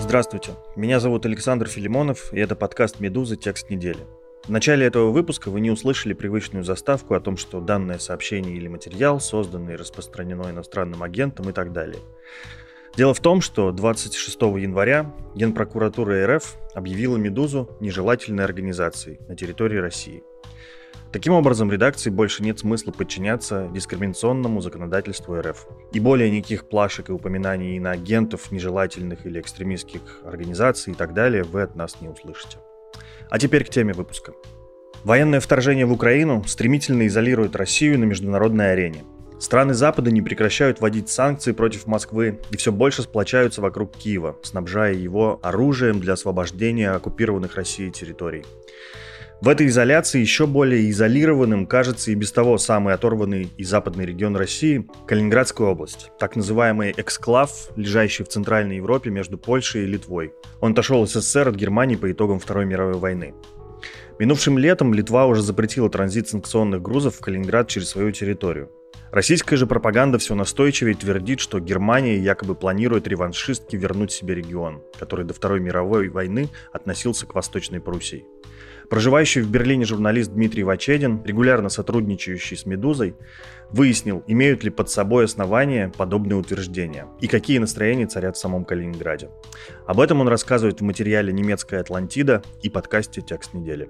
Здравствуйте, меня зовут Александр Филимонов, и это подкаст «Медуза. Текст недели». В начале этого выпуска вы не услышали привычную заставку о том, что данное сообщение или материал создано и распространено иностранным агентом и так далее. Дело в том, что 26 января Генпрокуратура РФ объявила «Медузу» нежелательной организацией на территории России. Таким образом, редакции больше нет смысла подчиняться дискриминационному законодательству РФ. И более никаких плашек и упоминаний иноагентов, нежелательных или экстремистских организаций и так далее вы от нас не услышите. А теперь к теме выпуска. Военное вторжение в Украину стремительно изолирует Россию на международной арене. Страны Запада не прекращают вводить санкции против Москвы и все больше сплочаются вокруг Киева, снабжая его оружием для освобождения оккупированных Россией территорий. В этой изоляции еще более изолированным кажется и без того самый оторванный и западный регион России – Калининградская область, так называемый эксклав, лежащий в Центральной Европе между Польшей и Литвой. Он отошел из СССР от Германии по итогам Второй мировой войны. Минувшим летом Литва уже запретила транзит санкционных грузов в Калининград через свою территорию. Российская же пропаганда все настойчивее твердит, что Германия якобы планирует реваншистски вернуть себе регион, который до Второй мировой войны относился к Восточной Пруссии. Проживающий в Берлине журналист Дмитрий Вачедин, регулярно сотрудничающий с «Медузой», выяснил, имеют ли под собой основания подобные утверждения и какие настроения царят в самом Калининграде. Об этом он рассказывает в материале «Немецкая Атлантида» и подкасте «Текст недели».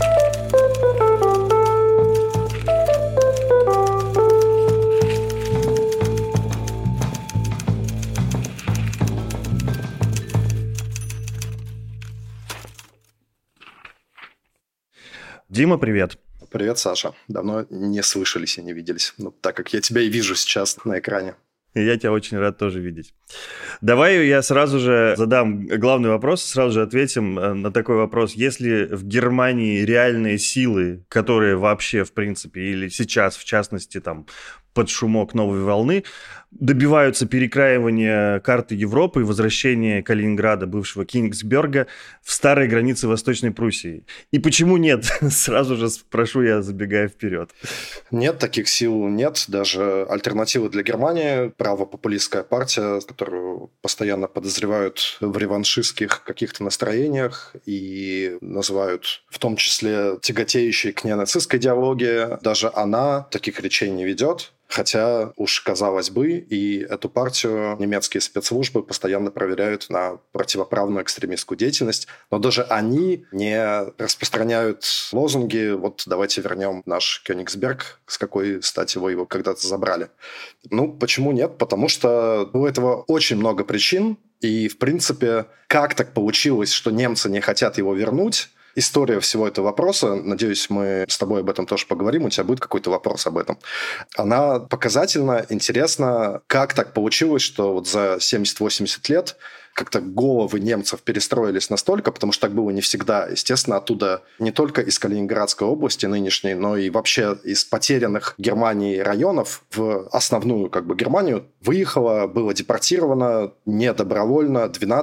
Дима, привет. Привет, Саша. Давно не слышались и не виделись, так как я тебя и вижу сейчас на экране. И я тебя очень рад тоже видеть. Давай я сразу же задам главный вопрос, сразу же ответим на такой вопрос. Если в Германии реальные силы, которые вообще, в принципе, или сейчас, в частности, там, под шумок новой волны, добиваются перекраивания карты Европы и возвращения Калининграда, бывшего Кёнигсберга, в старые границы Восточной Пруссии. И почему нет? Сразу же спрошу я, забегая вперед. Нет, таких сил нет. Даже альтернатива для Германии, правопопулистская партия, которую постоянно подозревают в реваншистских каких-то настроениях и называют в том числе тяготеющей к неонацистской идеологии, даже она таких речей не ведет. Хотя уж казалось бы, и эту партию немецкие спецслужбы постоянно проверяют на противоправную экстремистскую деятельность, но даже они не распространяют лозунги «вот давайте вернем наш Кёнигсберг, с какой стати вы его когда-то забрали». Почему нет? Потому что у этого очень много причин, и, в принципе, как так получилось, что немцы не хотят его вернуть? История всего этого вопроса, надеюсь, мы с тобой об этом тоже поговорим, у тебя будет какой-то вопрос об этом. Она показательна, интересна, как так получилось, что вот за 70-80 лет как-то головы немцев перестроились настолько, потому что так было не всегда. Естественно, оттуда не только из Калининградской области нынешней, но и вообще из потерянных Германией районов в основную Германию выехало, было депортировано недобровольно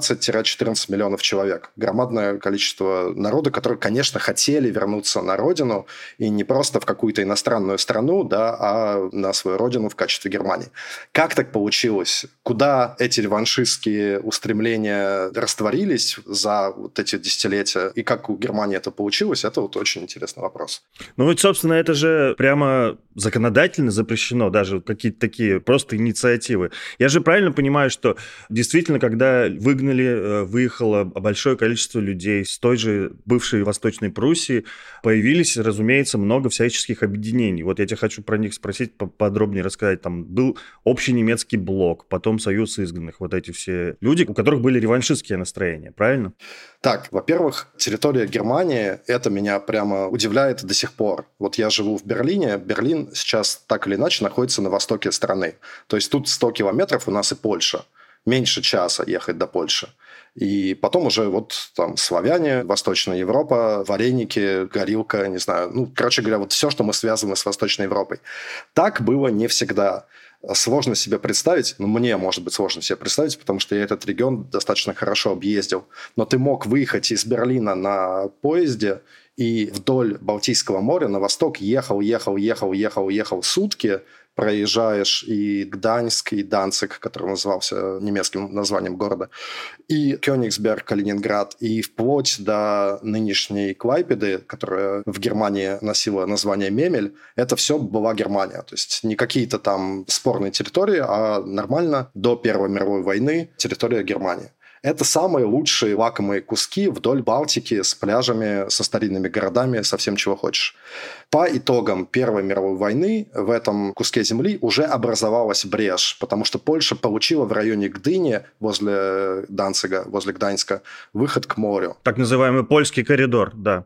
12-14 миллионов человек. Громадное количество народа, которые, конечно, хотели вернуться на родину, и не просто в какую-то иностранную страну, а на свою родину в качестве Германии. Как так получилось? Куда эти реваншистские устремления растворились за вот эти десятилетия, и как у Германии это получилось, это вот очень интересный вопрос. Собственно, это же прямо законодательно запрещено, даже какие-то такие просто инициативы. Я же правильно понимаю, что действительно, когда выехало большое количество людей с той же бывшей Восточной Пруссии, появились, разумеется, много всяческих объединений. Вот я тебя хочу про них спросить, поподробнее рассказать. Там был общий немецкий блок, потом Союз изгнанных, вот эти все люди, у которых были реваншистские настроения, правильно? Так, во-первых, территория Германии, это меня прямо удивляет до сих пор. Вот я живу в Берлине. Берлин сейчас так или иначе находится на востоке страны. То есть тут 100 километров у нас и Польша. Меньше часа ехать до Польши. И потом уже славяне, Восточная Европа, вареники, горилка, не знаю. Короче говоря, все, что мы связаны с Восточной Европой. Так было не всегда. Сложно себе представить, мне, может быть, сложно себе представить, потому что я этот регион достаточно хорошо объездил, но ты мог выехать из Берлина на поезде и вдоль Балтийского моря на восток ехал сутки, проезжаешь и Гданьск, и Данциг, который назывался немецким названием города, и Кёнигсберг, Калининград, и вплоть до нынешней Клайпеды, которая в Германии носила название Мемель, это все была Германия. То есть не какие-то там спорные территории, а нормально до Первой мировой войны территория Германии. Это самые лучшие лакомые куски вдоль Балтики с пляжами, со старинными городами, со всем, чего хочешь. По итогам Первой мировой войны в этом куске земли уже образовалась брешь, потому что Польша получила в районе Гдыни, возле Данцига, возле Гданьска, выход к морю. Так называемый польский коридор, да.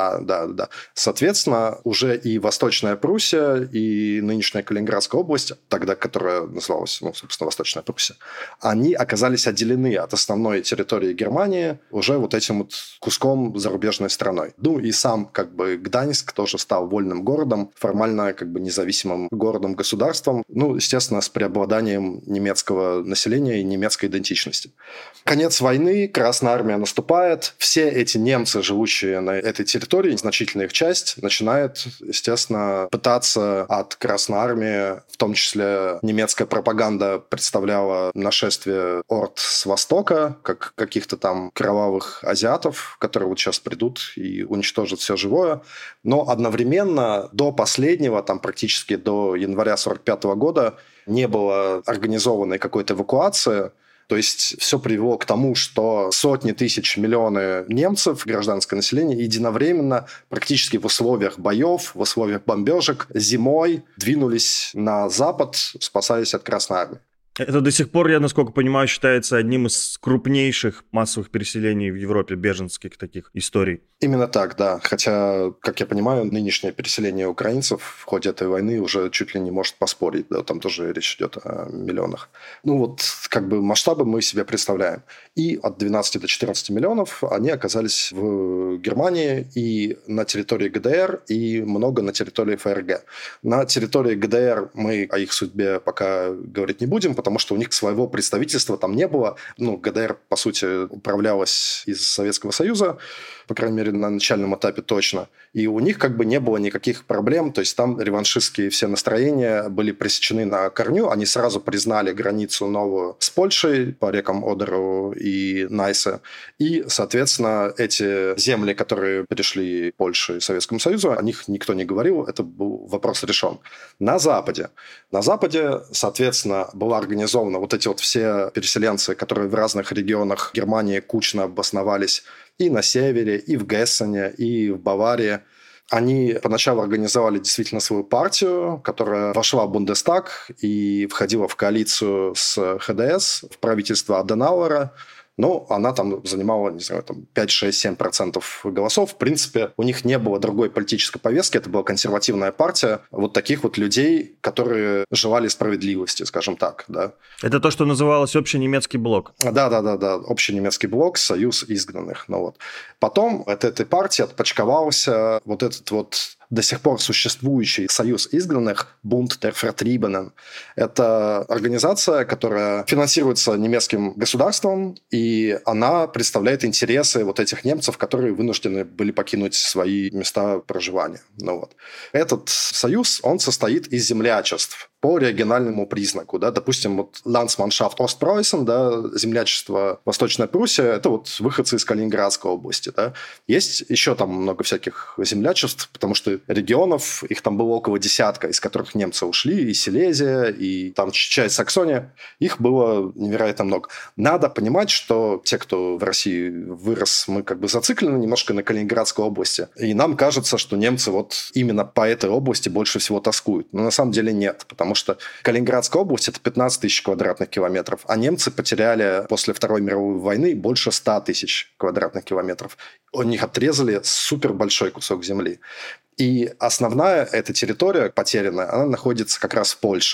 Да. Соответственно, уже и Восточная Пруссия, и нынешняя Калининградская область, тогда которая называлась, собственно, Восточная Пруссия, они оказались отделены от основной территории Германии уже вот этим вот куском зарубежной страной. Ну и сам Гданьск тоже стал вольным городом, формально независимым городом-государством, естественно, с преобладанием немецкого населения и немецкой идентичности. Конец войны, Красная Армия наступает, все эти немцы, живущие на этой территории, значительная их часть, начинает, естественно, пытаться от Красной Армии, в том числе немецкая пропаганда представляла нашествие орд с востока, как каких-то там кровавых азиатов, которые вот сейчас придут и уничтожат все живое. Но одновременно до последнего, там практически до января 1945 года, не было организованной какой-то эвакуации. То есть все привело к тому, что сотни тысяч, миллионы немцев, гражданское население, единовременно, практически в условиях боев, в условиях бомбежек, зимой двинулись на запад, спасаясь от Красной Армии. Это до сих пор, я, насколько понимаю, считается одним из крупнейших массовых переселений в Европе, беженских таких историй. Именно так, да. Хотя, как я понимаю, нынешнее переселение украинцев в ходе этой войны уже чуть ли не может поспорить. Да, там тоже речь идет о миллионах. Масштабы мы себе представляем. И от 12 до 14 миллионов они оказались в Германии и на территории ГДР, и много на территории ФРГ. На территории ГДР мы о их судьбе пока говорить не будем, потому что у них своего представительства там не было. ГДР, по сути, управлялась из Советского Союза, по крайней мере, на начальном этапе точно. И у них не было никаких проблем. То есть там реваншистские все настроения были пресечены на корню. Они сразу признали границу новую с Польшей по рекам Одеру и Найсе. И, соответственно, эти земли, которые перешли Польше и Советскому Союзу, о них никто не говорил. Это был вопрос решен. На Западе, соответственно, была организована вот эти вот все переселенцы, которые в разных регионах Германии кучно обосновались и на севере, и в Гессене, и в Баварии. Они поначалу организовали действительно свою партию, которая вошла в Бундестаг и входила в коалицию с ХДС, в правительство Аденауэра. Но она там занимала, 5-6-7% голосов. В принципе, у них не было другой политической повестки. Это была консервативная партия вот таких вот людей, которые желали справедливости, скажем так. Да. Это то, что называлось общенемецкий блок. Да. Общенемецкий блок, союз изгнанных. Потом от этой партии отпочковался вот этот вот до сих пор существующий союз изгнанных, Bund der Vertriebenen. Это организация, которая финансируется немецким государством, и она представляет интересы вот этих немцев, которые вынуждены были покинуть свои места проживания. Этот союз, он состоит из землячеств по региональному признаку. Да? Допустим, Landsmannschaft Ostpreußen, да, землячество Восточная Пруссия, это выходцы из Калининградской области. Да? Есть еще там много всяких землячеств, потому что регионов, их там было около 10, из которых немцы ушли, и Силезия, и там часть Саксония, их было невероятно много. Надо понимать, что те, кто в России вырос, мы зациклены немножко на Калининградской области, и нам кажется, что немцы именно по этой области больше всего тоскуют. Но на самом деле нет, потому что Калининградская область – это 15 тысяч квадратных километров, а немцы потеряли после Второй мировой войны больше 100 тысяч квадратных километров. У них отрезали супер большой кусок земли. И основная эта территория потерянная, она находится как раз в Польше.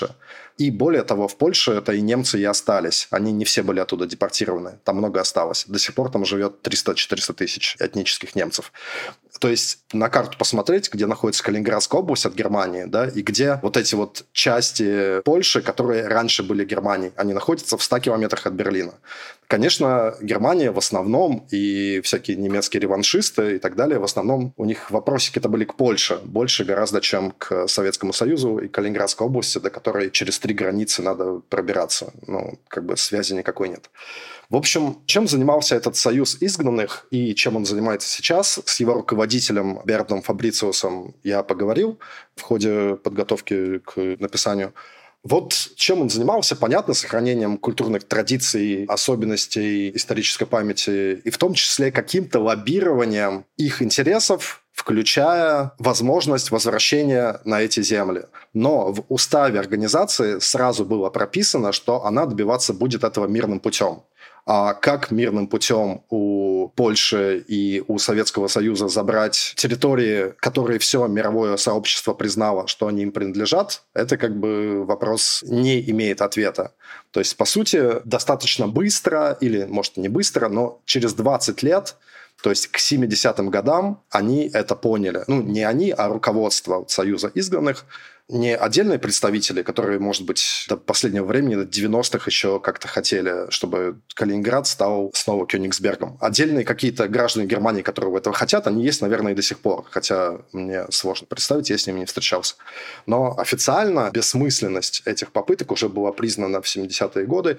И более того, в Польше это и немцы и остались. Они не все были оттуда депортированы. Там много осталось. До сих пор там живет 300-400 тысяч этнических немцев. То есть на карту посмотреть, где находится Калининградская область от Германии, да, и где вот эти вот части Польши, которые раньше были Германией, они находятся в 100 километрах от Берлина. Конечно, Германия в основном, и всякие немецкие реваншисты и так далее, в основном у них вопросики-то были к Польше. Больше гораздо, чем к Советскому Союзу и Калининградской области, до которой через 3 границы надо пробираться. Ну, как бы связи никакой нет. В общем, чем занимался этот союз изгнанных и чем он занимается сейчас, с его руководителем Бернардом Фабрициусом я поговорил в ходе подготовки к написанию. Вот чем он занимался, понятно, сохранением культурных традиций, особенностей исторической памяти и в том числе каким-то лоббированием их интересов, включая возможность возвращения на эти земли. Но в уставе организации сразу было прописано, что она добиваться будет этого мирным путем. А как мирным путем у Польши и у Советского Союза забрать территории, которые все мировое сообщество признало, что они им принадлежат, это как бы вопрос не имеет ответа. То есть, по сути, достаточно быстро, или, может, не быстро, но через 20 лет, то есть к 70-м годам, они это поняли. Ну, не они, а руководство Союза изгнанных, не отдельные представители, которые, может быть, до последнего времени, до 90-х еще как-то хотели, чтобы Калининград стал снова Кёнигсбергом. Отдельные какие-то граждане Германии, которые этого хотят, они есть, наверное, и до сих пор. Хотя мне сложно представить, я с ними не встречался. Но официально бессмысленность этих попыток уже была признана в 70-е годы.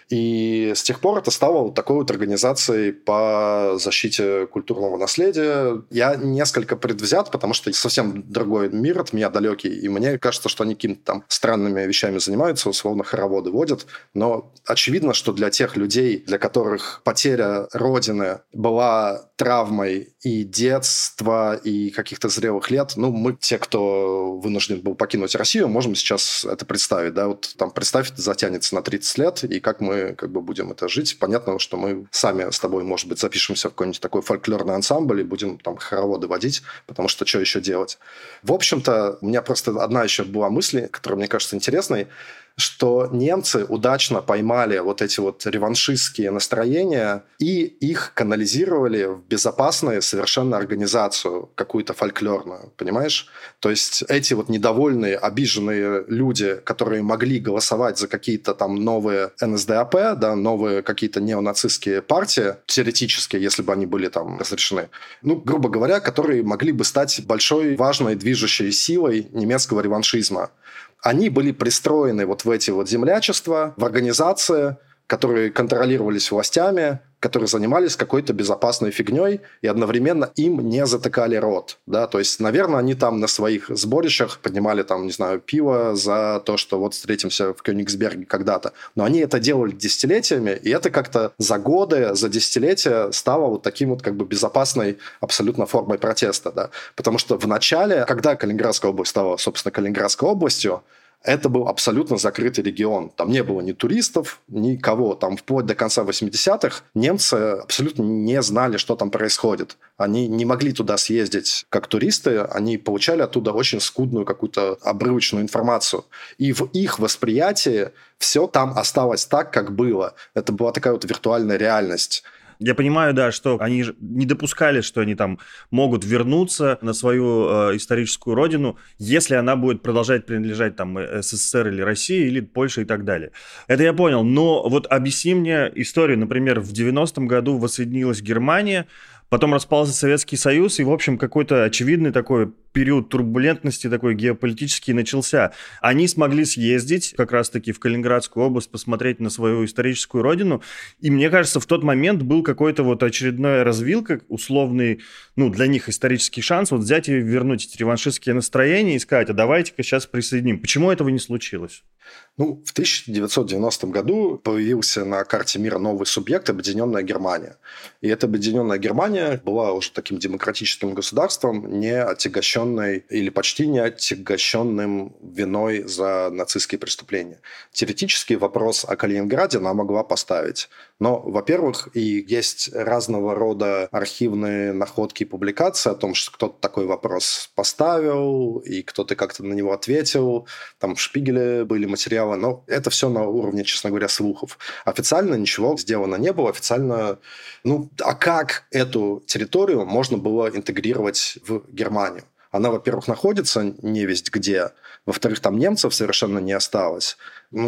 И с тех пор это стало вот такой вот организацией по защите культурного наследия. Я несколько предвзят, потому что совсем другой мир от меня далекий, и мне кажется, что они какими-то там странными вещами занимаются, условно хороводы водят. Но очевидно, что для тех людей, для которых потеря Родины была травмой и детства, и каких-то зрелых лет, ну, мы, те, кто вынужден был покинуть Россию, можем сейчас это представить, да, вот там представь, это затянется на 30 лет, и как мы как бы будем это жить. Понятно, что мы сами с тобой, может быть, запишемся в какой-нибудь такой фольклорный ансамбль и будем там хороводы водить, потому что что еще делать? В общем-то, у меня просто одна еще была мысль, которая мне кажется интересной, что немцы удачно поймали вот эти вот реваншистские настроения и их канализировали в безопасную совершенно организацию, какую-то фольклорную, понимаешь? То есть эти вот недовольные, обиженные люди, которые могли голосовать за какие-то там новые НСДАП, да, новые какие-то неонацистские партии, теоретически, если бы они были там разрешены, ну, грубо говоря, которые могли бы стать большой, важной движущей силой немецкого реваншизма. Они были пристроены вот в эти вот землячества, в организации, которые контролировались властями, которые занимались какой-то безопасной фигней и одновременно им не затыкали рот. Да? То есть, наверное, они там на своих сборищах поднимали там, не знаю, пиво за то, что вот встретимся в Кёнигсберге когда-то. Но они это делали десятилетиями, и это как-то за годы, за десятилетия стало вот таким вот как бы безопасной абсолютно формой протеста. Да? Потому что в начале, когда Калининградская область стала, собственно, Калининградской областью, это был абсолютно закрытый регион. Там не было ни туристов, никого. Там вплоть до конца 80-х немцы абсолютно не знали, что там происходит. Они не могли туда съездить как туристы, они получали оттуда очень скудную какую-то обрывочную информацию. И в их восприятии все там осталось так, как было. Это была такая вот виртуальная реальность. Я понимаю, да, что они же не допускали, что они там могут вернуться на свою историческую родину, если она будет продолжать принадлежать там СССР или России, или Польше и так далее. Это я понял, но вот объясни мне историю. Например, в 90-м году воссоединилась Германия, потом распался Советский Союз, и, в общем, какой-то очевидный такой период турбулентности такой геополитический начался. Они смогли съездить как раз-таки в Калининградскую область, посмотреть на свою историческую родину, и мне кажется, в тот момент был какой-то вот очередная развилка, условный, ну, для них исторический шанс вот взять и вернуть эти реваншистские настроения и сказать, а давайте-ка сейчас присоединим. Почему этого не случилось? Ну, в 1990 году появился на карте мира новый субъект – Объединенная Германия. И эта Объединенная Германия была уже таким демократическим государством, не отягощенной или почти не отягощенным виной за нацистские преступления. Теоретически вопрос о Калининграде она могла поставить. Но, во-первых, и есть разного рода архивные находки и публикации о том, что кто-то такой вопрос поставил, и кто-то как-то на него ответил. Там в Шпигеле были материалы, но это все на уровне, честно говоря, слухов. Официально ничего сделано не было. Официально, а как эту территорию можно было интегрировать в Германию? Она, во-первых, находится невесть где, во-вторых, там немцев совершенно не осталось.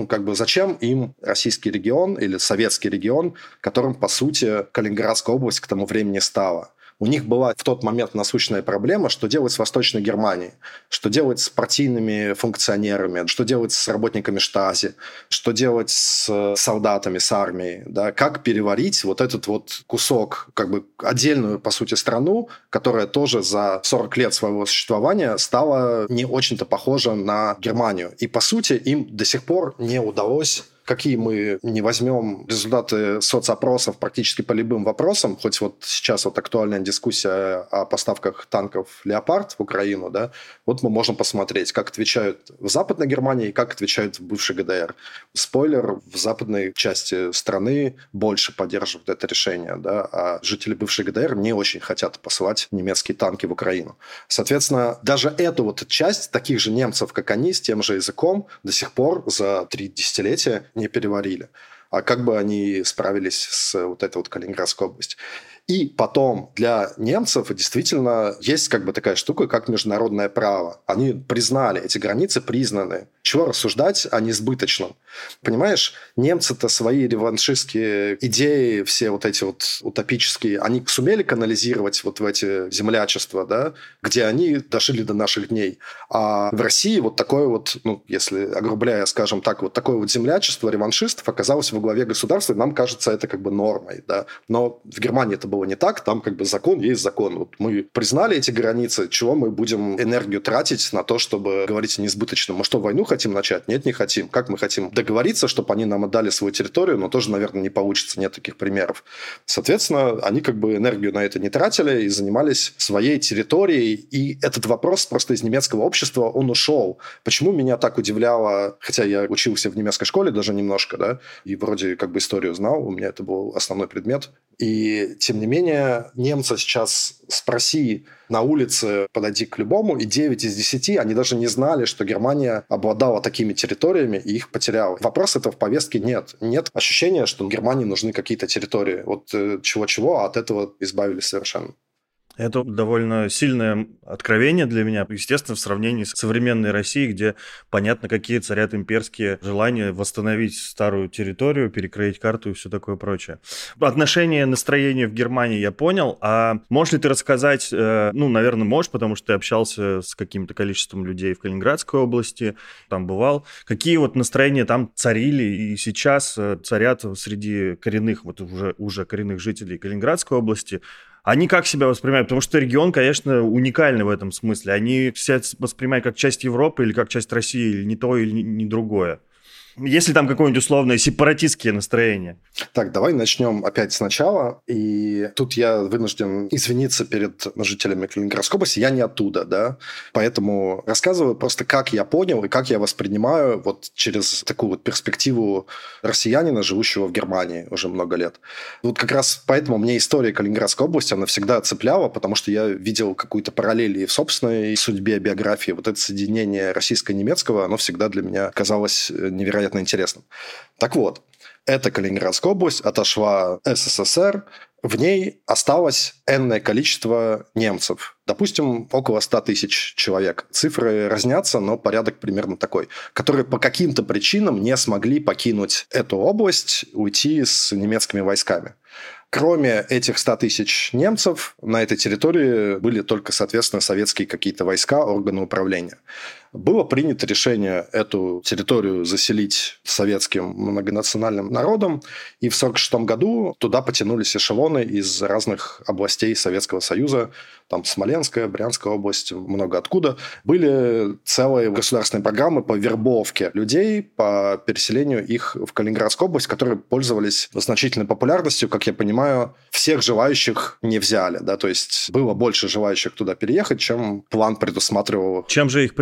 Зачем им российский регион или советский регион, которым, по сути, Калининградская область к тому времени стала? У них была в тот момент насущная проблема, что делать с Восточной Германией, что делать с партийными функционерами, что делать с работниками Штази, что делать с солдатами, с армией, да? Как переварить вот этот вот кусок, отдельную, по сути, страну, которая тоже за 40 лет своего существования стала не очень-то похожа на Германию. И, по сути, им до сих пор не удалось... Какие мы не возьмем результаты соцопросов практически по любым вопросам, хоть вот сейчас вот актуальная дискуссия о поставках танков «Леопард» в Украину, да, вот мы можем посмотреть, как отвечают в Западной Германии и как отвечают в бывшей ГДР. Спойлер, в западной части страны больше поддерживают это решение, да, а жители бывшей ГДР не очень хотят посылать немецкие танки в Украину. Соответственно, даже эту вот часть таких же немцев, как они, с тем же языком, до сих пор за 3 десятилетия не переварили. А как бы они справились с вот этой вот Калининградской областью? И потом для немцев действительно есть такая штука, как международное право. Они признали, эти границы признаны. Чего рассуждать о несбыточном? Понимаешь, немцы-то свои реваншистские идеи, все вот эти вот утопические, они сумели канализировать вот в эти землячества, да, где они дожили до наших дней. А в России вот такое вот, если огрубляя, скажем так, вот такое вот землячество реваншистов оказалось во главе государства, и нам кажется это нормой, да. Но в Германии это было не так, там закон есть закон. Вот мы признали эти границы, чего мы будем энергию тратить на то, чтобы говорить о несбыточном? Мы что, войну хотим начать? Нет, не хотим. Как мы хотим договориться, чтобы они нам отдали свою территорию, но тоже, наверное, не получится, нет таких примеров. Соответственно, они энергию на это не тратили и занимались своей территорией, и этот вопрос просто из немецкого общества, он ушел. Почему меня так удивляло, хотя я учился в немецкой школе даже немножко, да, и вроде историю знал, у меня это был основной предмет, и тем не менее, немца сейчас спроси на улице, подойди к любому, и 9 из 10, они даже не знали, что Германия обладала такими территориями и их потеряла. Вопрос этого в повестке нет. Нет ощущения, что Германии нужны какие-то территории. Вот чего-чего, а от этого избавились совершенно. Это довольно сильное откровение для меня, естественно, в сравнении с современной Россией, где понятно, какие царят имперские желания восстановить старую территорию, перекроить карту и все такое прочее. Отношение, настроение в Германии я понял, а можешь ли ты рассказать, наверное, можешь, потому что ты общался с каким-то количеством людей в Калининградской области, там бывал, какие вот настроения там царили и сейчас царят среди коренных, вот уже коренных жителей Калининградской области? Они как себя воспринимают? Потому что регион, конечно, уникальный в этом смысле. Они себя воспринимают как часть Европы или как часть России, или не то, или не другое. Есть ли там какое-нибудь условное сепаратистские настроения? Так, давай начнем опять сначала. И тут я вынужден извиниться перед жителями Калининградской области. Я не оттуда, да. Поэтому рассказываю просто, как я понял и как я воспринимаю вот через такую вот перспективу россиянина, живущего в Германии уже много лет. Вот как раз поэтому мне история Калининградской области, она всегда цепляла, потому что я видел какую-то параллель и в собственной судьбе, биографии. Вот это соединение российско-немецкого, оно всегда для меня казалось невероятно интересным. Так вот, эта Калининградская область отошла СССР, в ней осталось энное количество немцев. Допустим, около 100 тысяч человек. Цифры разнятся, но порядок примерно такой. Которые по каким-то причинам не смогли покинуть эту область, уйти с немецкими войсками. Кроме этих 100 тысяч немцев, на этой территории были только, соответственно, советские какие-то войска, органы управления. Было принято решение эту территорию заселить советским многонациональным народом, и в 1946 году туда потянулись эшелоны из разных областей Советского Союза, там Смоленская, Брянская область, много откуда. Были целые государственные программы по вербовке людей, по переселению их в Калининградскую область, которые пользовались значительной популярностью, как я понимаю, всех желающих не взяли, да, то есть было больше желающих туда переехать, чем план предусматривал. Чем же их привлекли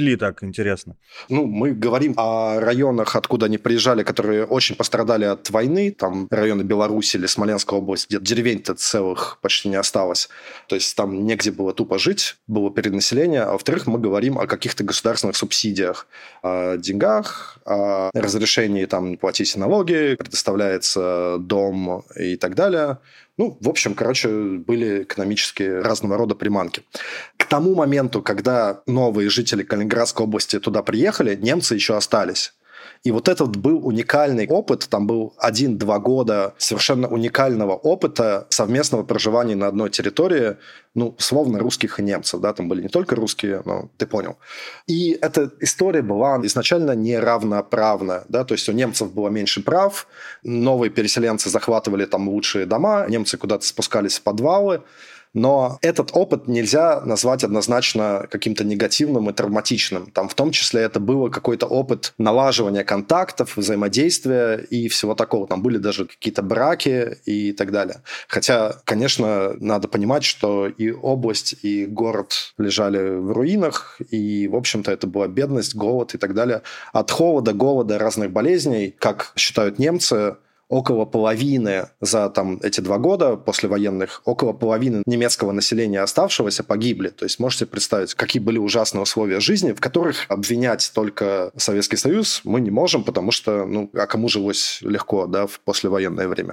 ввели так, интересно? Ну, мы говорим о районах, откуда они приезжали, которые очень пострадали от войны. Там районы Беларуси или Смоленской области, где деревень-то целых почти не осталось. То есть там негде было тупо жить, было перенаселение. А во-вторых, мы говорим о каких-то государственных субсидиях, о деньгах, о разрешении там платить налоги, предоставляется дом и так далее. Ну, в общем, были экономические разного рода приманки. К тому моменту, когда новые жители Калининградской области туда приехали, немцы еще остались. И вот этот был уникальный опыт, там был 1-2 года совершенно уникального опыта совместного проживания на одной территории, ну, словно русских и немцев, да, там были не только русские, но ты понял. И эта история была изначально неравноправна, да, то есть у немцев было меньше прав, новые переселенцы захватывали там лучшие дома, немцы куда-то спускались в подвалы. Но этот опыт нельзя назвать однозначно каким-то негативным и травматичным. Там в том числе это был какой-то опыт налаживания контактов, взаимодействия и всего такого. Там были даже какие-то браки и так далее. Хотя, конечно, надо понимать, что и область, и город лежали в руинах, и, в общем-то, это была бедность, голод и так далее. От холода, голода, разных болезней, как считают немцы, около половины за эти 2 года послевоенных, около половины немецкого населения оставшегося погибли. То есть можете представить, какие были ужасные условия жизни, в которых обвинять только Советский Союз мы не можем, потому что, а кому жилось легко, да, в послевоенное время.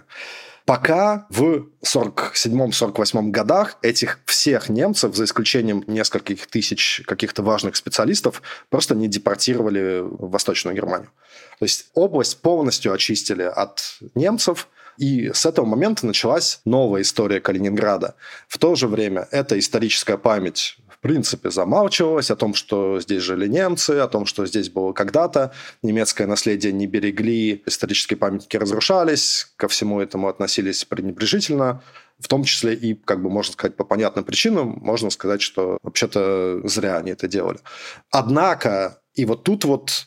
Пока в 1947-1948 годах этих всех немцев, за исключением нескольких тысяч каких-то важных специалистов, просто не депортировали в Восточную Германию. То есть область полностью очистили от немцев, и с этого момента началась новая история Калининграда. В то же время эта историческая память в принципе замалчивалась о том, что здесь жили немцы, о том, что здесь было когда-то. Немецкое наследие не берегли, исторические памятники разрушались, ко всему этому относились пренебрежительно. В том числе и, можно сказать, по понятным причинам, можно сказать, что вообще-то зря они это делали. Однако, и вот тут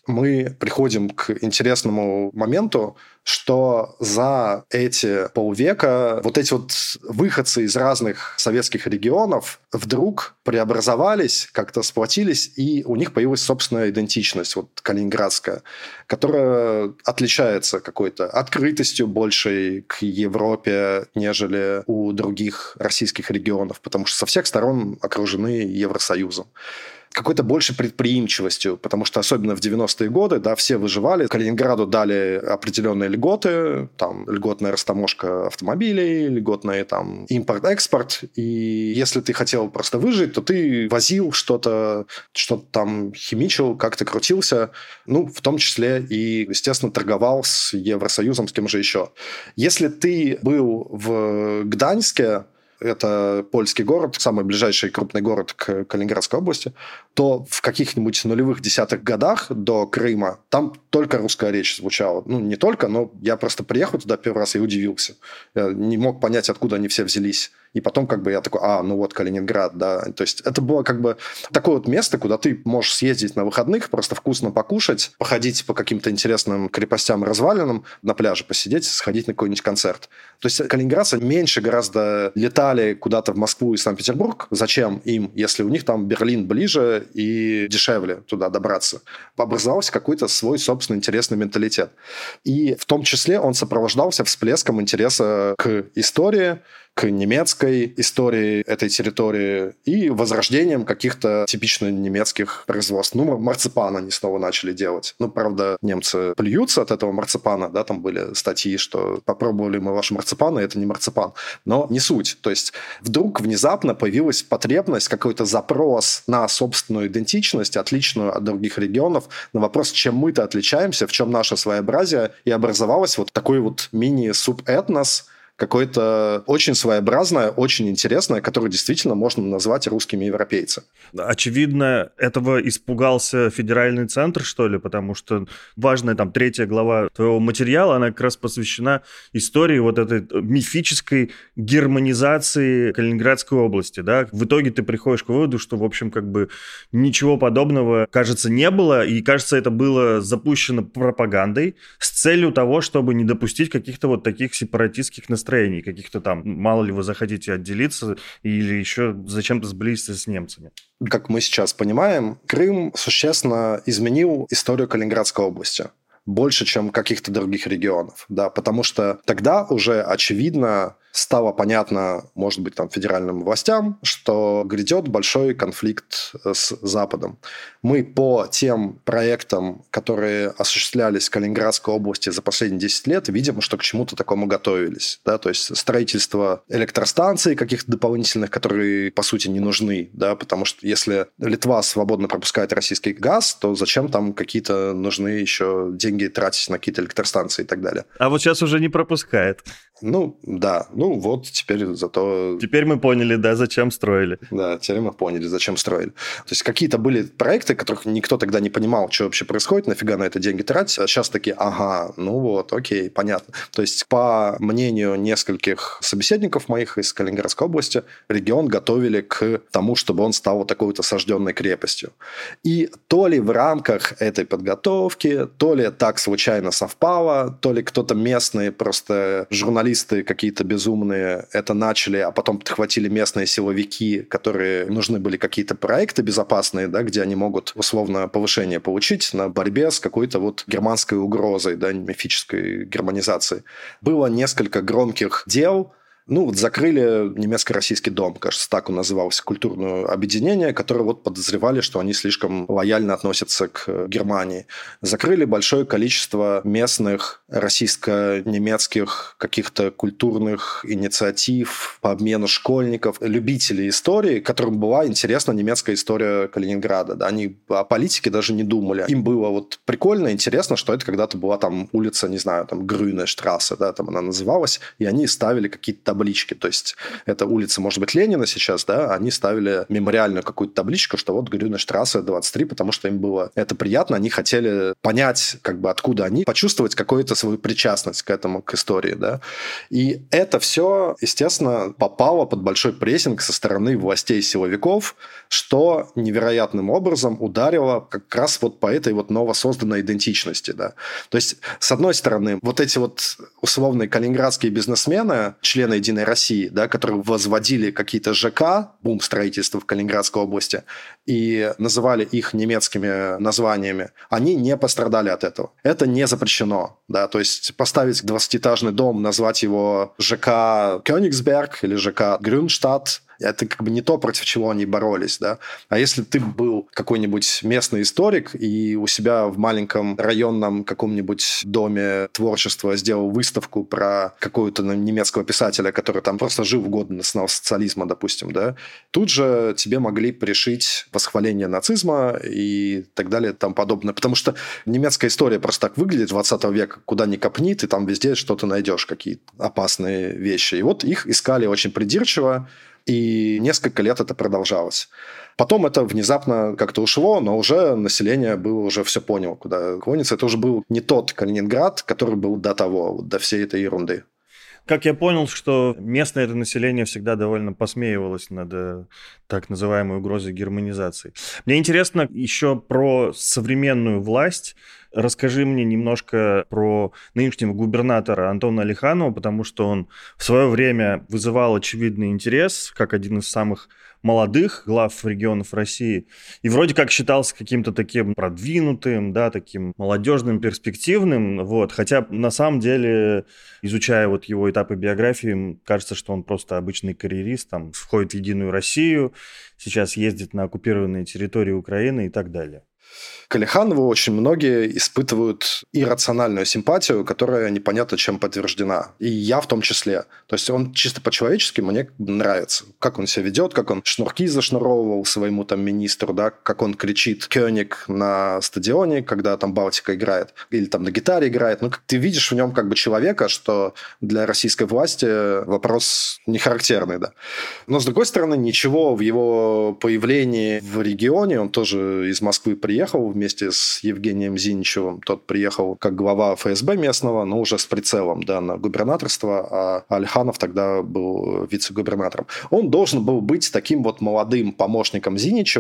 мы приходим к интересному моменту, что за эти полвека эти выходцы из разных советских регионов вдруг преобразовались, как-то сплотились, и у них появилась собственная идентичность, калининградская, которая отличается какой-то открытостью большей к Европе, нежели у других российских регионов, потому что со всех сторон окружены Евросоюзом. Какой-то большей предприимчивостью, потому что особенно в 90-е годы, да, все выживали. Калининграду дали определенные льготы, там льготная растаможка автомобилей, льготный импорт-экспорт, и если ты хотел просто выжить, то ты возил что-то там химичил, как-то крутился, в том числе и, естественно, торговал с Евросоюзом, с кем же еще. Если ты был в Гданьске, это польский город, самый ближайший крупный город к Калининградской области, то в каких-нибудь нулевых десятых годах до Крыма там только русская речь звучала. Не только, но я просто приехал туда первый раз и удивился. Я не мог понять, откуда они все взялись. И потом я такой, Калининград, да. То есть это было такое место, куда ты можешь съездить на выходных, просто вкусно покушать, походить по каким-то интересным крепостям и развалинам, на пляже посидеть, сходить на какой-нибудь концерт. То есть калининградцы меньше гораздо летали куда-то в Москву и Санкт-Петербург. Зачем им, если у них там Берлин ближе и дешевле туда добраться? Образовался какой-то свой собственный интересный менталитет. И в том числе он сопровождался всплеском интереса к истории, к немецкой истории этой территории и возрождением каких-то типично немецких производств. Марципан они снова начали делать. Правда, немцы плюются от этого марципана, да, там были статьи, что попробовали мы ваш марципан, и это не марципан. Но не суть. То есть вдруг внезапно появилась потребность, какой-то запрос на собственную идентичность, отличную от других регионов, на вопрос, чем мы-то отличаемся, в чем наше своеобразие, и образовалось такой мини-субэтнос, какое-то очень своеобразное, очень интересное, которое действительно можно назвать русскими европейцами. Очевидно, этого испугался федеральный центр, что ли, потому что важная 3 глава твоего материала, она как раз посвящена истории этой мифической германизации Калининградской области, да. В итоге ты приходишь к выводу, что, в общем, ничего подобного, кажется, не было, и, кажется, это было запущено пропагандой с целью того, чтобы не допустить каких-то таких сепаратистских настроений настроений каких-то там? Мало ли вы захотите отделиться или еще зачем-то сблизиться с немцами? Как мы сейчас понимаем, Крым существенно изменил историю Калининградской области. Больше, чем каких-то других регионов. Да, потому что тогда уже очевидно стало понятно, может быть, там, федеральным властям, что грядет большой конфликт с Западом. Мы по тем проектам, которые осуществлялись в Калининградской области за последние 10 лет, видим, что к чему-то такому готовились. Да? То есть строительство электростанций каких-то дополнительных, которые, по сути, не нужны. Да? Потому что если Литва свободно пропускает российский газ, то зачем там какие-то нужны еще деньги тратить на какие-то электростанции и так далее. А вот сейчас уже не пропускает. Ну, да. Ну, вот теперь зато... Теперь мы поняли, да, зачем строили. Да, теперь мы поняли, зачем строили. То есть какие-то были проекты, которых никто тогда не понимал, что вообще происходит, нафига на это деньги тратить. А сейчас такие, ага, ну вот, окей, понятно. То есть, по мнению нескольких собеседников моих из Калининградской области, регион готовили к тому, чтобы он стал вот такой вот осажденной крепостью. И то ли в рамках этой подготовки, то ли так случайно совпало, то ли кто-то местный, просто журналисты какие-то безумные это начали, а потом подхватили местные силовики, которые нужны были какие-то проекты безопасные, да, где они могут условно повышение получить на борьбе с какой-то вот германской угрозой, да, мифической германизации. Было несколько громких дел. Ну, вот закрыли немецко-российский дом, кажется, так он назывался, культурное объединение, которое вот подозревали, что они слишком лояльно относятся к Германии. Закрыли большое количество местных российско-немецких каких-то культурных инициатив по обмену школьников, любителей истории, которым была интересна немецкая история Калининграда. Да? Они о политике даже не думали. Им было вот прикольно, интересно, что это когда-то была там улица, не знаю, там Grüne Straße, да, там она называлась, и они ставили какие-то таблички. То есть, это улица, может быть, Ленина сейчас, да, они ставили мемориальную какую-то табличку, что вот Грюнештрассе 23, потому что им было это приятно, они хотели понять, как бы, откуда они, почувствовать какую-то свою причастность к этому, к истории, да. И это все, естественно, попало под большой прессинг со стороны властей и силовиков, что невероятным образом ударило как раз вот по этой вот новосозданной идентичности, да. То есть, с одной стороны, вот эти вот условные калининградские бизнесмены, члены «Единой России», да, которые возводили какие-то ЖК, бум строительства в Калининградской области, и называли их немецкими названиями, они не пострадали от этого. Это не запрещено. Да, то есть поставить 20-этажный дом, назвать его ЖК Кёнигсберг или ЖК Грюнштадт, это как бы не то, против чего они боролись, да. А если ты был какой-нибудь местный историк и у себя в маленьком районном каком-нибудь доме творчества сделал выставку про какого-то немецкого писателя, который там просто жил в годы национал-социализма, допустим, да, тут же тебе могли пришить восхваление нацизма и так далее и тому подобное. Потому что немецкая история просто так выглядит 20 века, куда ни копни, ты там везде что-то найдешь, какие-то опасные вещи. И вот их искали очень придирчиво, и несколько лет это продолжалось. Потом это внезапно как-то ушло, но уже население было, уже все поняло, куда клонится. Это уже был не тот Калининград, который был до того, вот до всей этой ерунды. Как я понял, что местное это население всегда довольно посмеивалось над так называемой угрозой германизации. Мне интересно еще про современную власть. Расскажи мне немножко про нынешнего губернатора Антона Алиханова, потому что он в свое время вызывал очевидный интерес, как один из самых молодых глав регионов России, и вроде как считался каким-то таким продвинутым, да, таким молодежным, перспективным, вот, хотя на самом деле, изучая вот его этапы биографии, кажется, что он просто обычный карьерист, там, входит в Единую Россию, сейчас ездит на оккупированные территории Украины и так далее. К Алиханову очень многие испытывают иррациональную симпатию, которая непонятно чем подтверждена. И я в том числе. То есть он чисто по-человечески мне нравится. Как он себя ведет, как он шнурки зашнуровывал своему там министру, да, как он кричит «Кёник» на стадионе, когда там Балтика играет, или там на гитаре играет. Ну, ты видишь в нем как бы человека, что для российской власти вопрос не характерный, да. Но, с другой стороны, ничего в его появлении в регионе, он тоже из Москвы приехал вместе с Евгением Зиничевым. Тот приехал как глава ФСБ местного, но уже с прицелом, да, на губернаторство, а Алиханов тогда был вице-губернатором. Он должен был быть таким вот молодым помощником Зиничева,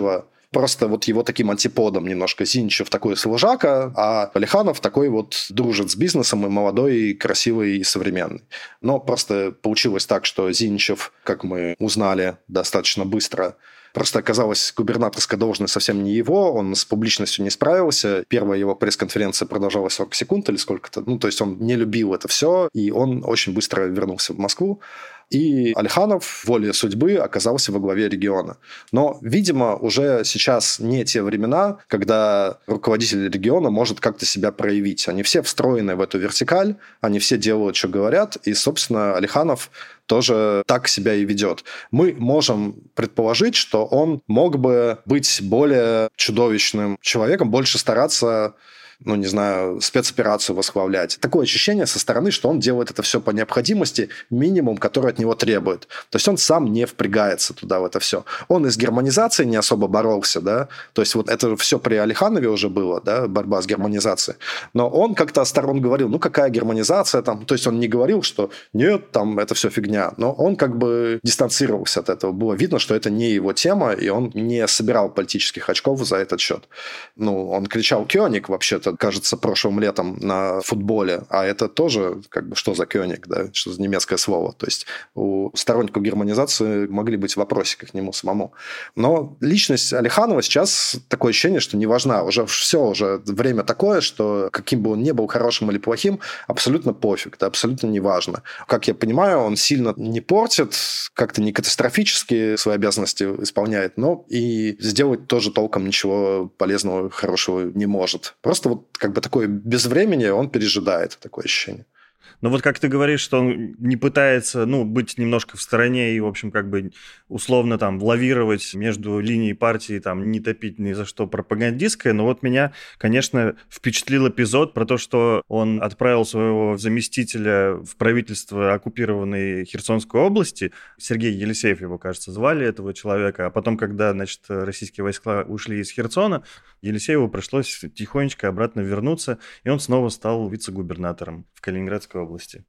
Просто вот его таким антиподом немножко. Зиничев такой служака, а Алиханов такой вот дружит с бизнесом и молодой, и красивый, и современный. Но просто получилось так, что Зиничев, как мы узнали достаточно быстро, просто оказалась губернаторская должность совсем не его, он с публичностью не справился. Первая его пресс-конференция продолжалась 40 секунд или сколько-то. То есть он не любил это все, и он очень быстро вернулся в Москву. И Алиханов волей судьбы оказался во главе региона. Но, видимо, уже сейчас не те времена, когда руководитель региона может как-то себя проявить. Они все встроены в эту вертикаль, они все делают, что говорят, и, собственно, Алиханов тоже так себя и ведет. Мы можем предположить, что он мог бы быть более чудовищным человеком, больше стараться спецоперацию возглавлять. Такое ощущение со стороны, что он делает это все по необходимости, минимум, который от него требует. То есть он сам не впрягается туда в это все. Он и с германизацией не особо боролся, да, то есть вот это все при Алиханове уже было, да, борьба с германизацией. Но он как-то сторон говорил, какая германизация там, то есть он не говорил, что нет, там это все фигня, но он как бы дистанцировался от этого. Было видно, что это не его тема, и он не собирал политических очков за этот счет. Он кричал «Кёник» вообще-то, кажется, прошлым летом на футболе, а это тоже что за Кёник, да, что за немецкое слово. То есть у сторонников германизации могли быть вопросики к нему самому. Но личность Алиханова сейчас такое ощущение, что не важна. Уже время такое, что каким бы он ни был, хорошим или плохим, абсолютно пофиг, да, абсолютно не важно. Как я понимаю, он сильно не портит, как-то не катастрофически свои обязанности исполняет, но и сделать тоже толком ничего полезного, хорошего не может. Просто такое безвремени он пережидает, такое ощущение. Но вот как ты говоришь, что он не пытается, быть немножко в стороне и, в общем, условно лавировать между линией партии, не топить ни за что пропагандистское, но вот меня, конечно, впечатлил эпизод про то, что он отправил своего заместителя в правительство оккупированной Херсонской области, Сергей Елисеев его, кажется, звали, этого человека, а потом, когда, российские войска ушли из Херсона, Елисееву пришлось тихонечко обратно вернуться, и он снова стал вице-губернатором в Калининградской области.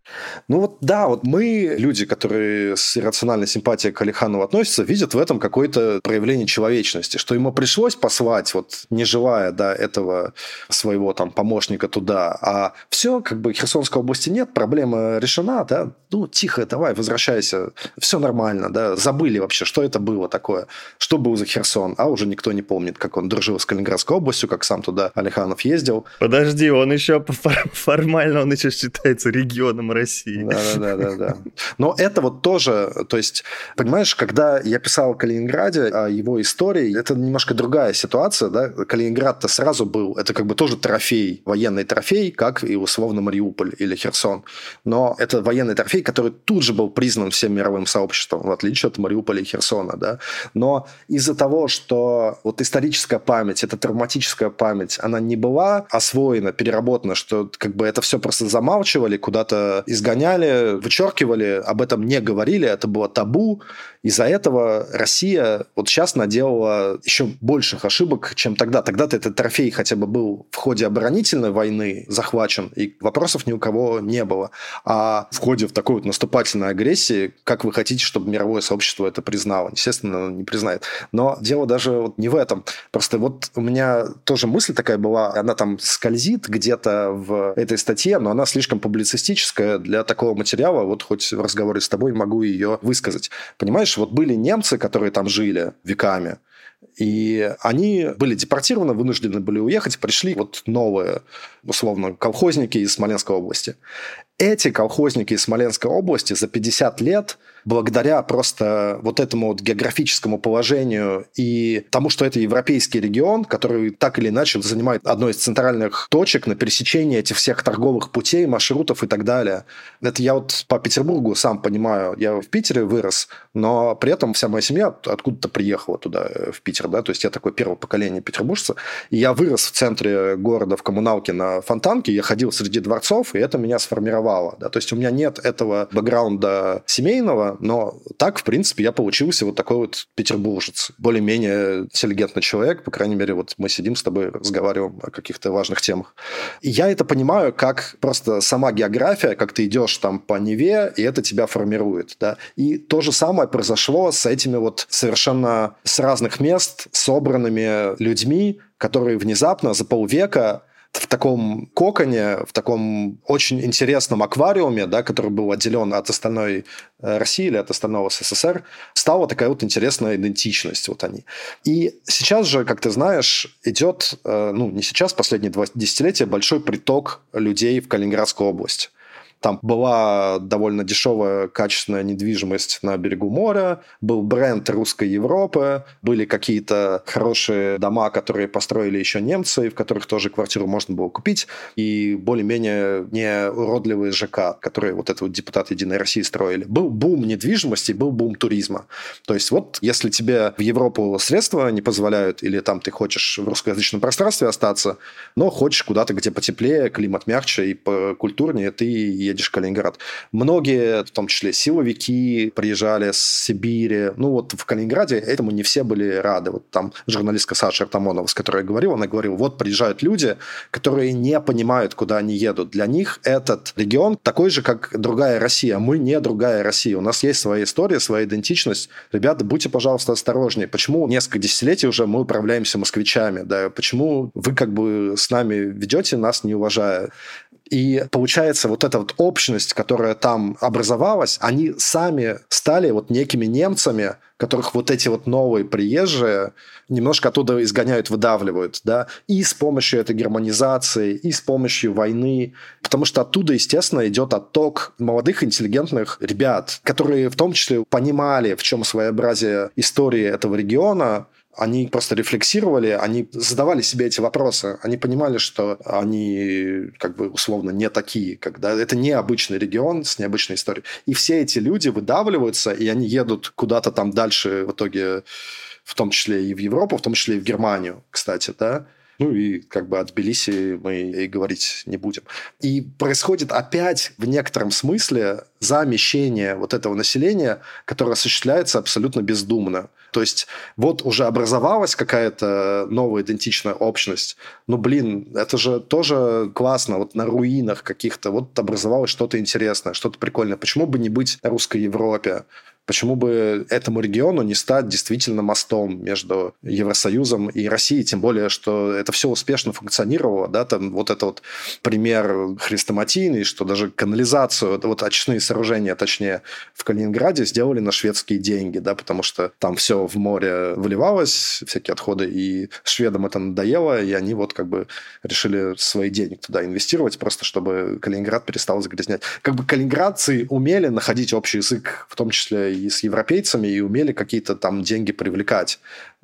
Мы, люди, которые с иррациональной симпатией к Алиханову относятся, видят в этом какое-то проявление человечности, что ему пришлось послать, не желая, этого своего помощника туда, а все, Херсонской области нет, проблема решена, да, тихо, давай, возвращайся, все нормально, да, забыли вообще, что это было такое, что был за Херсон, а уже никто не помнит, как он дружил с Калининградской областью, как сам туда Алиханов ездил. Подожди, он еще формально, он еще считается регионом России. Да. Но это тоже, то есть, понимаешь, когда я писал о Калининграде, о его истории, это немножко другая ситуация, да, Калининград-то сразу был, это тоже трофей, военный трофей, как и условно Мариуполь или Херсон, но это военный трофей, который тут же был признан всем мировым сообществом, в отличие от Мариуполя и Херсона, да, но из-за того, что историческая память, эта травматическая память, она не была освоена, переработана, что это все просто замалчивали, куда-то изгоняли, вычеркивали, об этом не говорили, это было табу. Из-за этого Россия сейчас наделала еще больших ошибок, чем тогда. Тогда-то этот трофей хотя бы был в ходе оборонительной войны захвачен, и вопросов ни у кого не было. А в ходе такой наступательной агрессии, как вы хотите, чтобы мировое сообщество это признало? Естественно, не признает. Но дело даже не в этом. Просто у меня тоже мысль такая была, она скользит где-то в этой статье, но она слишком публицистическая для такого материала, хоть в разговоре с тобой могу ее высказать. Понимаешь, были немцы, которые там жили веками, и они были депортированы, вынуждены были уехать, пришли новые, условно, колхозники из Смоленской области. Эти колхозники из Смоленской области за 50 лет, благодаря просто этому географическому положению и тому, что это европейский регион, который так или иначе занимает одной из центральных точек на пересечении этих всех торговых путей, маршрутов и так далее. Это я по Петербургу сам понимаю. Я в Питере вырос, но при этом вся моя семья откуда-то приехала туда, в Питер, да, то есть я такое первое поколение петербуржца, и я вырос в центре города в коммуналке на Фонтанке, я ходил среди дворцов, и это меня сформировало. сформировало. Да? То есть у меня нет этого бэкграунда семейного, но так, в принципе, я получился вот такой вот петербуржец. Более-менее интеллигентный человек, по крайней мере, вот мы сидим с тобой, разговариваем о каких-то важных темах. И я это понимаю как просто сама география, как ты идешь там по Неве, и это тебя формирует. Да? И то же самое произошло с этими вот совершенно с разных мест собранными людьми, которые внезапно за полвека в таком коконе, в таком очень интересном аквариуме, да, который был отделен от остальной России или от остального СССР, стала такая вот интересная идентичность. Вот они. И сейчас же, как ты знаешь, идет, не сейчас, последние 2 десятилетия, большой приток людей в Калининградскую область. Там была довольно дешевая, качественная недвижимость на берегу моря, был бренд русской Европы, были какие-то хорошие дома, которые построили еще немцы, в которых тоже квартиру можно было купить, и более-менее не уродливые ЖК, которые вот это вот депутаты «Единой России» строили. Был бум недвижимости, был бум туризма. То есть вот если тебе в Европу средства не позволяют, или там ты хочешь в русскоязычном пространстве остаться, но хочешь куда-то, где потеплее, климат мягче и покультурнее, ты едешь в Калининград. Многие, в том числе силовики, приезжали с Сибири. Ну, вот в Калининграде этому не все были рады. Вот там журналистка Саша Артамонова, с которой я говорил, она говорила, вот приезжают люди, которые не понимают, куда они едут. Для них этот регион такой же, как другая Россия. Мы не другая Россия. У нас есть своя история, своя идентичность. Ребята, будьте, пожалуйста, осторожнее. Почему несколько десятилетий уже мы управляемся москвичами? Да? Почему вы как бы с нами ведете, нас не уважая? И получается, вот эта вот общность, которая там образовалась, они сами стали вот некими немцами, которых вот эти вот новые приезжие немножко оттуда изгоняют, выдавливают, да, и с помощью этой германизации, и с помощью войны, потому что оттуда, естественно, идет отток молодых интеллигентных ребят, которые в том числе понимали, в чем своеобразие истории этого региона. Они просто рефлексировали, они задавали себе эти вопросы, они понимали, что они как бы условно не такие, когда это необычный регион с необычной историей. И все эти люди выдавливаются, и они едут куда-то там дальше в итоге, в том числе и в Европу, в том числе и в Германию, кстати, да. Ну и как бы о Тбилиси мы и говорить не будем. И происходит опять в некотором смысле замещение вот этого населения, которое осуществляется абсолютно бездумно. То есть вот уже образовалась какая-то новая идентичная общность. Ну, блин, это же тоже классно. Вот на руинах каких-то вот образовалось что-то интересное, что-то прикольное. Почему бы не быть в русской Европе? Почему бы этому региону не стать действительно мостом между Евросоюзом и Россией? Тем более, что это все успешно функционировало. Да? Там вот это вот пример хрестоматийный, что даже канализацию, вот очистные сооружения, точнее, в Калининграде сделали на шведские деньги, да? Потому что там все в море выливалось, всякие отходы, и шведам это надоело, и они вот как бы решили свои денег туда инвестировать, просто чтобы Калининград перестал загрязнять. Как бы калининградцы умели находить общий язык, в том числе и с европейцами, и умели какие-то там деньги привлекать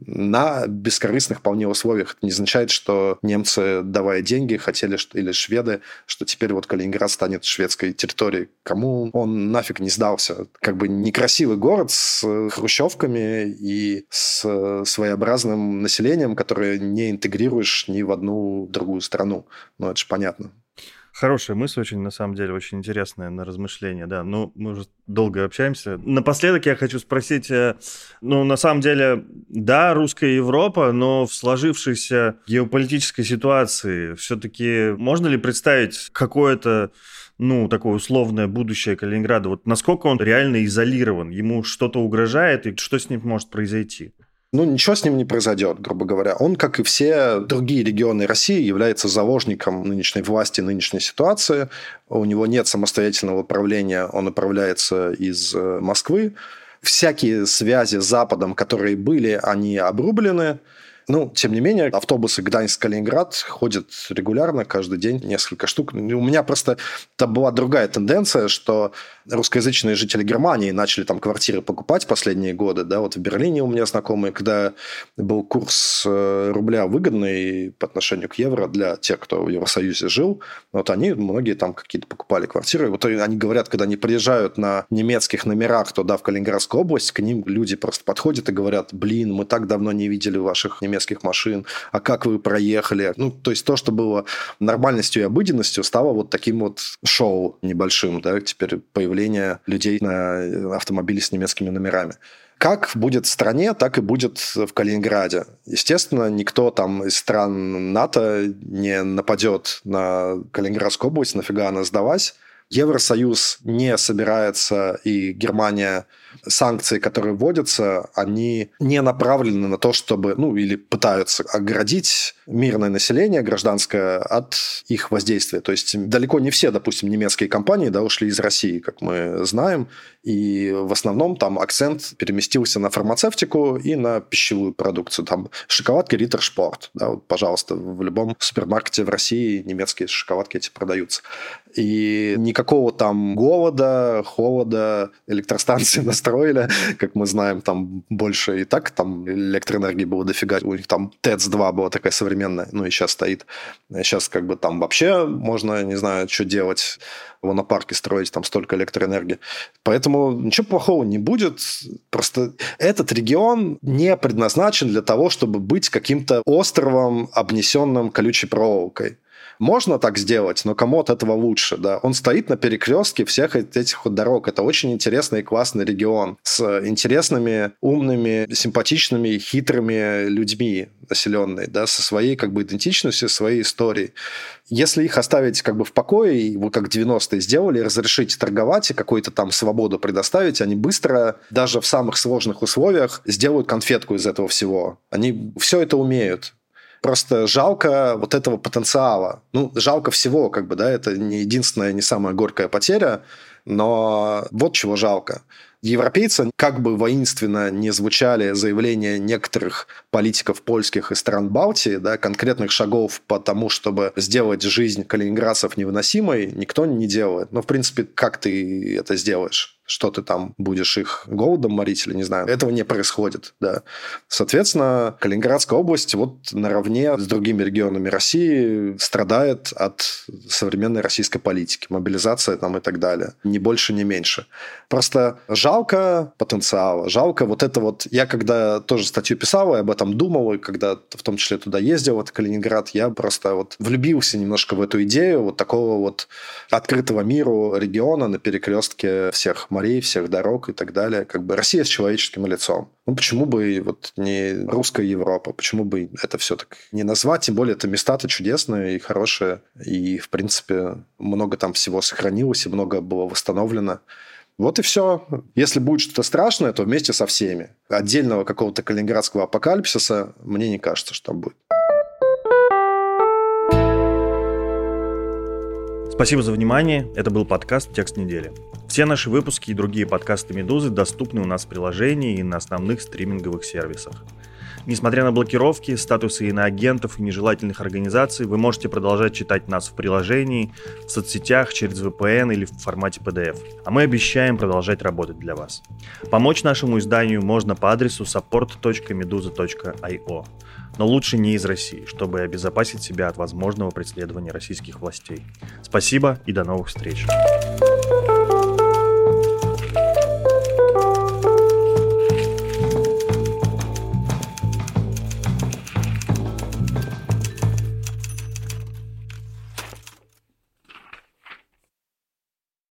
на бескорыстных вполне условиях. Это не означает, что немцы, давая деньги, хотели, или шведы, что теперь вот Калининград станет шведской территорией. Кому он нафиг не сдался? Как бы некрасивый город с хрущевками и с своеобразным населением, которое не интегрируешь ни в одну другую страну. Ну, это же понятно. Хорошая мысль, очень, на самом деле, очень интересная на размышление, да. Ну, мы уже долго общаемся. Напоследок я хочу спросить, на самом деле, да, русская Европа, но в сложившейся геополитической ситуации все-таки можно ли представить какое-то, такое условное будущее Калининграда? Вот насколько он реально изолирован? Ему что-то угрожает, и что с ним может произойти? Ничего с ним не произойдет, грубо говоря. Он, как и все другие регионы России, является заложником нынешней власти, нынешней ситуации. У него нет самостоятельного управления, он управляется из Москвы. Всякие связи с Западом, которые были, они обрублены. Тем не менее, автобусы Гданьск-Калининград ходят регулярно, каждый день, несколько штук. У меня просто там была другая тенденция, что русскоязычные жители Германии начали там квартиры покупать последние годы. Да, вот в Берлине у меня знакомые, когда был курс рубля выгодный по отношению к евро для тех, кто в Евросоюзе жил, вот они, многие там какие-то покупали квартиры. Вот они говорят, когда они приезжают на немецких номерах туда, в Калининградскую область, к ним люди просто подходят и говорят, блин, мы так давно не видели ваших немецких немецких машин, а как вы проехали. Ну, то есть то, что было нормальностью и обыденностью, стало вот таким вот шоу небольшим, да, теперь появление людей на автомобиле с немецкими номерами. Как будет в стране, так и будет в Калининграде. Естественно, никто там из стран НАТО не нападет на Калининградскую область, нафига она сдалась. Евросоюз не собирается, и Германия, санкции, которые вводятся, они не направлены на то, чтобы, или пытаются оградить мирное население, гражданское, от их воздействия. То есть далеко не все, допустим, немецкие компании, ушли из России, как мы знаем, и в основном там акцент переместился на фармацевтику и на пищевую продукцию. Там шоколадки Ritter Sport, вот, пожалуйста, в любом супермаркете в России немецкие шоколадки эти продаются. И никакого там голода, холода, электростанции настроили, как мы знаем, там больше и так там электроэнергии было дофига. У них там ТЭЦ-2 была такая современная, и сейчас стоит. Сейчас как бы там вообще можно, не знаю, что делать, в лунопарке строить, там столько электроэнергии. Поэтому ничего плохого не будет. Просто этот регион не предназначен для того, чтобы быть каким-то островом, обнесенным колючей проволокой. Можно так сделать, но кому от этого лучше, да? Он стоит на перекрестке всех этих вот дорог. Это очень интересный и классный регион с интересными, умными, симпатичными, хитрыми людьми населенный, да, со своей как бы идентичностью, своей историей. Если их оставить как бы в покое, и вот как 90-е сделали, разрешить торговать и какую-то там свободу предоставить, они быстро, даже в самых сложных условиях, сделают конфетку из этого всего. Они все это умеют. Просто жалко вот этого потенциала. Жалко всего, как бы, да, это не единственная, не самая горькая потеря, но вот чего жалко. Европейцы, как бы воинственно не звучали заявления некоторых политиков польских и стран Балтии, да, конкретных шагов по тому, чтобы сделать жизнь калининградцев невыносимой, никто не делает. В принципе, как ты это сделаешь? Что ты там будешь их голодом морить или не знаю? Этого не происходит, да. Соответственно, Калининградская область вот наравне с другими регионами России страдает от современной российской политики, мобилизация там и так далее. Ни больше, ни меньше. Просто жалко потенциала, жалко вот это вот... Я когда тоже статью писал, и об этом думал, и когда в том числе туда ездил, в Калининград, я просто вот влюбился немножко в эту идею вот такого вот открытого миру региона на перекрестке всех морей, всех дорог и так далее. Как бы Россия с человеческим лицом. Почему бы вот не русская Европа? Почему бы это все так не назвать? Тем более, это места-то чудесные и хорошие. И, в принципе, много там всего сохранилось, и много было восстановлено. Вот и все. Если будет что-то страшное, то вместе со всеми. Отдельного какого-то калининградского апокалипсиса мне не кажется, что там будет. Спасибо за внимание. Это был подкаст «Текст недели». Все наши выпуски и другие подкасты «Медузы» доступны у нас в приложении и на основных стриминговых сервисах. Несмотря на блокировки, статусы иноагентов и нежелательных организаций, вы можете продолжать читать нас в приложении, в соцсетях, через VPN или в формате PDF. А мы обещаем продолжать работать для вас. Помочь нашему изданию можно по адресу support.meduza.io. Но лучше не из России, чтобы обезопасить себя от возможного преследования российских властей. Спасибо и до новых встреч.